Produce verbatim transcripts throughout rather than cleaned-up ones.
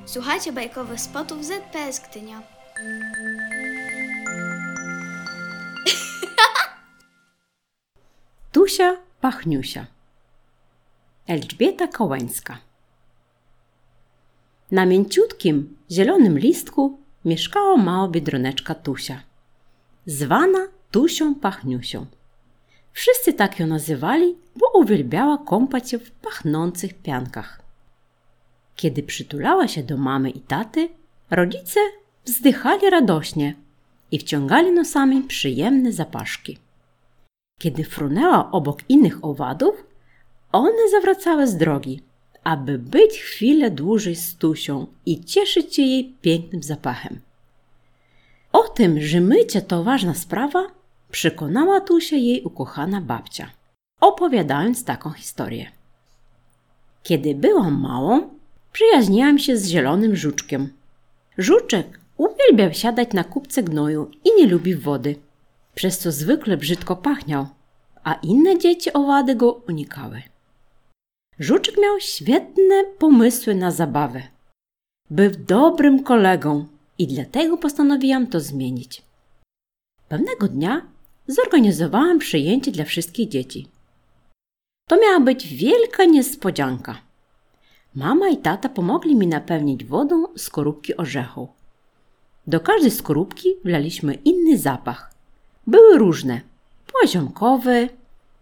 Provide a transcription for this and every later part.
Słuchajcie bajkowych spotów Z P S Gdynia. Tusia Pachniusia. Elżbieta Kołańska. Na mięciutkim, zielonym listku mieszkała mała biedroneczka Tusia, zwana Tusią Pachniusią. Wszyscy tak ją nazywali, bo uwielbiała kąpać się w pachnących piankach. Kiedy przytulała się do mamy i taty, rodzice wzdychali radośnie i wciągali nosami przyjemne zapaszki. Kiedy frunęła obok innych owadów, one zawracały z drogi, aby być chwilę dłużej z Tusią i cieszyć się jej pięknym zapachem. O tym, że mycie to ważna sprawa, przekonała Tusia jej ukochana babcia, opowiadając taką historię. Kiedy byłam małą, przyjaźniłam się z zielonym żuczkiem. Żuczek uwielbiał siadać na kubce gnoju i nie lubi wody, przez co zwykle brzydko pachniał, a inne dzieci owady go unikały. Żuczek miał świetne pomysły na zabawę. Był dobrym kolegą i dlatego postanowiłam to zmienić. Pewnego dnia zorganizowałam przyjęcie dla wszystkich dzieci. To miała być wielka niespodzianka. Mama i tata pomogli mi napełnić wodą skorupki orzechu. Do każdej skorupki wlaliśmy inny zapach. Były różne: poziomkowy,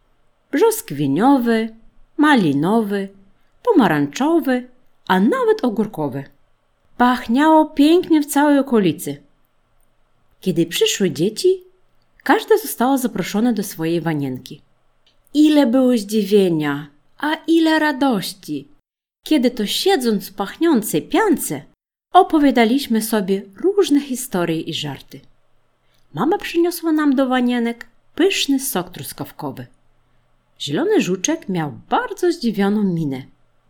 brzoskwiniowy, malinowy, pomarańczowy, a nawet ogórkowy. Pachniało pięknie w całej okolicy. Kiedy przyszły dzieci, każde zostało zaproszone do swojej wanienki. Ile było zdziwienia, a ile radości, kiedy to siedząc w pachnącej piance, opowiadaliśmy sobie różne historie i żarty. Mama przyniosła nam do wanienek pyszny sok truskawkowy. Zielony żuczek miał bardzo zdziwioną minę.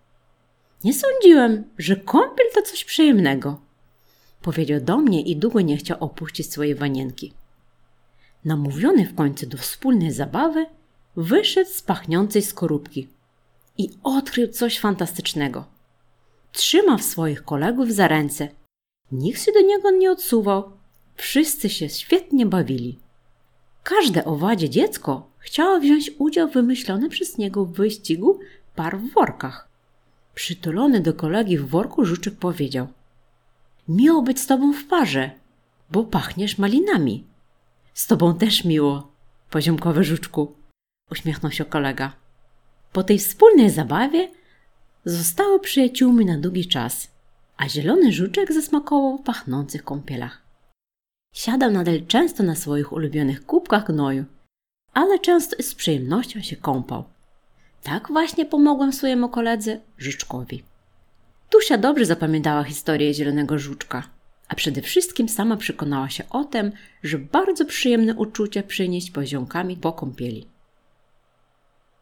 Nie sądziłem, że kąpiel to coś przyjemnego, powiedział do mnie i długo nie chciał opuścić swojej wanienki. Namówiony w końcu do wspólnej zabawy, wyszedł z pachnącej skorupki i odkrył coś fantastycznego. Trzymał swoich kolegów za ręce. Nikt się do niego nie odsuwał. Wszyscy się świetnie bawili. Każde owadzie dziecko chciało wziąć udział w wymyślonym przez niego wyścigu par w workach. Przytulony do kolegi w worku żuczek powiedział: miło być z tobą w parze, bo pachniesz malinami. Z tobą też miło, poziomkowy żuczku, uśmiechnął się kolega. Po tej wspólnej zabawie zostały przyjaciółmi na długi czas, a zielony żuczek zasmakował w pachnących kąpielach. Siadał nadal często na swoich ulubionych kubkach gnoju, ale często z przyjemnością się kąpał. Tak właśnie pomogłem swojemu koledze żuczkowi. Tusia dobrze zapamiętała historię zielonego żuczka, a przede wszystkim sama przekonała się o tym, że bardzo przyjemne uczucie przynieść poziomkami po kąpieli.